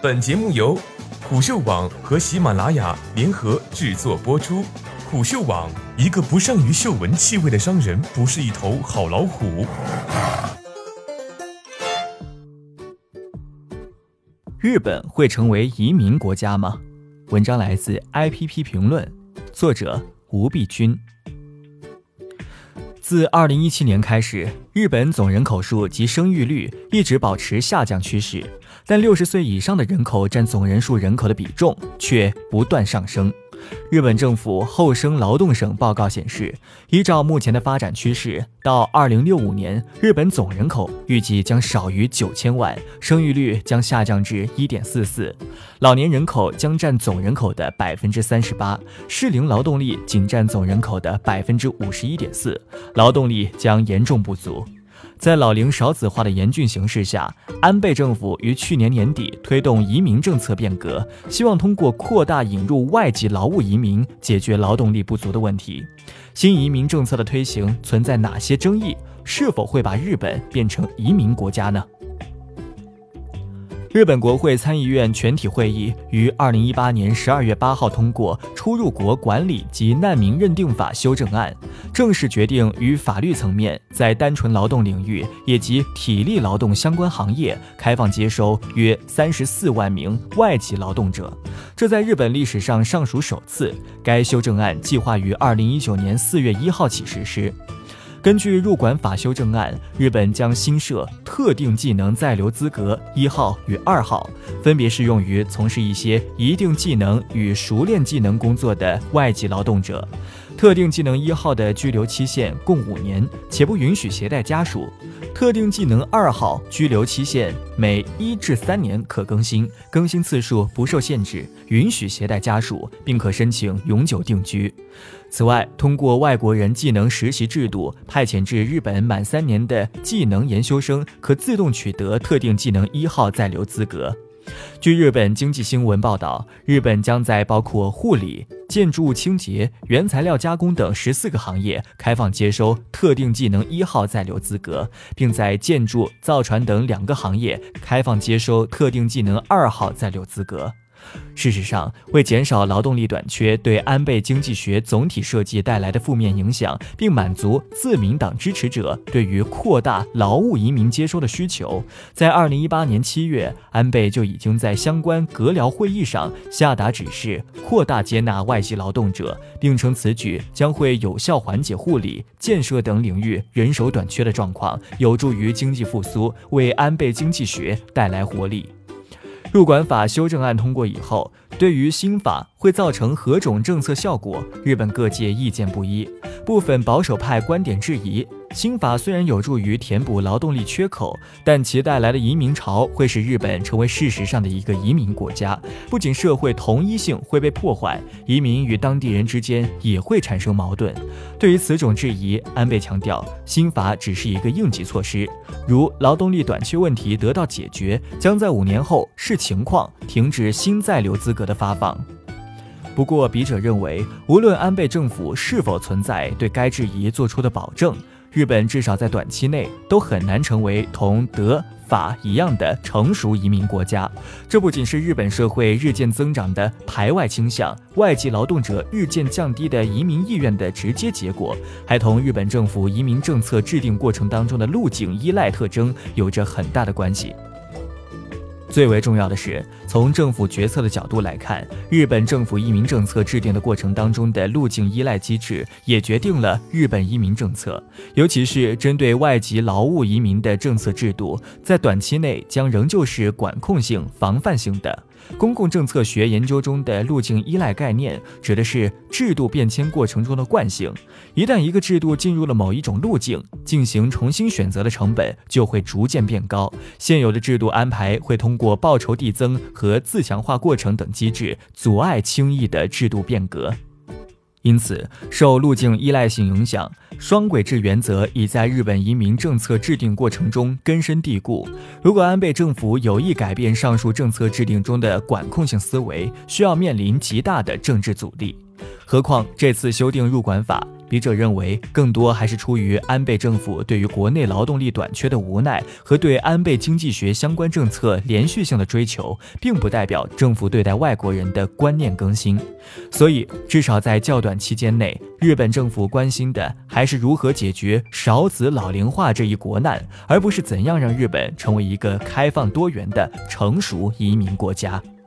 本节目由虎嗅网和喜马拉雅联合制作播出。虎嗅网：一个不善于嗅闻气味的商人不是一头好老虎。 日本会成为移民国家吗？文章来自 IPP 评论，作者吴碧君。自2017年开始，日本总人口数及生育率一直保持下降趋势，但60岁以上的人口占总人口的比重却不断上升。日本政府厚生劳动省报告显示，依照目前的发展趋势，到2065年，日本总人口预计将少于9000万，生育率将下降至 1.44， 老年人口将占总人口的 38%， 适龄劳动力仅占总人口的 51.4%， 劳动力将严重不足。在老龄少子化的严峻形势下，安倍政府于去年年底推动移民政策变革，希望通过扩大引入外籍劳务移民，解决劳动力不足的问题。新移民政策的推行存在哪些争议？是否会把日本变成移民国家呢？日本国会参议院全体会议于2018年12月8号通过《出入国管理及难民认定法》修正案，正式决定于法律层面在单纯劳动领域以及体力劳动相关行业开放接收约34万名外籍劳动者，这在日本历史上尚属首次。该修正案计划于2019年4月1号起实施。根据入管法修正案，日本将新设特定技能在留资格1号与2号，分别适用于从事一些一定技能与熟练技能工作的外籍劳动者。特定技能1号的居留期限共5年，且不允许携带家属。特定技能2号居留期限每1至3年可更新，更新次数不受限制，允许携带家属，并可申请永久定居。此外，通过外国人技能实习制度派遣至日本满3年的技能研修生，可自动取得特定技能1号在留资格。据日本经济新闻报道，日本将在包括护理、建筑清洁、原材料加工等14个行业开放接收特定技能1号在留资格，并在建筑、造船等2个行业开放接收特定技能2号在留资格。事实上，为减少劳动力短缺对安倍经济学总体设计带来的负面影响，并满足自民党支持者对于扩大劳务移民接收的需求，在2018年7月，安倍就已经在相关阁僚会议上下达指示，扩大接纳外籍劳动者，并称此举将会有效缓解护理、建设等领域人手短缺的状况，有助于经济复苏，为安倍经济学带来活力。入管法修正案通过以后，对于新法会造成何种政策效果，日本各界意见不一。部分保守派观点质疑，新法虽然有助于填补劳动力缺口，但其带来的移民潮会使日本成为事实上的一个移民国家，不仅社会同一性会被破坏，移民与当地人之间也会产生矛盾。对于此种质疑，安倍强调，新法只是一个应急措施，如劳动力短缺问题得到解决，将在5年后视情况停止新在留资格的发放。不过，笔者认为，无论安倍政府是否存在对该质疑做出的保证，日本至少在短期内都很难成为同德、法一样的成熟移民国家。这不仅是日本社会日渐增长的排外倾向、外籍劳动者日渐降低的移民意愿的直接结果，还同日本政府移民政策制定过程当中的路径依赖特征有着很大的关系。最为重要的是，从政府决策的角度来看，日本政府移民政策制定的过程当中的路径依赖机制，也决定了日本移民政策，尤其是针对外籍劳务移民的政策制度，在短期内将仍旧是管控性、防范性的。公共政策学研究中的路径依赖概念，指的是制度变迁过程中的惯性。一旦一个制度进入了某一种路径，进行重新选择的成本就会逐渐变高。现有的制度安排会通过报酬递增和自强化过程等机制，阻碍轻易的制度变革。因此，受路径依赖性影响，双轨制原则已在日本移民政策制定过程中根深蒂固。如果安倍政府有意改变上述政策制定中的管控性思维，需要面临极大的政治阻力。何况这次修订入管法， 笔者认为，更多还是出于安倍政府对于国内劳动力短缺的无奈和对安倍经济学相关政策连续性的追求，并不代表政府对待外国人的观念更新。所以，至少在较短期间内，日本政府关心的还是如何解决少子老龄化这一国难，而不是怎样让日本成为一个开放多元的成熟移民国家。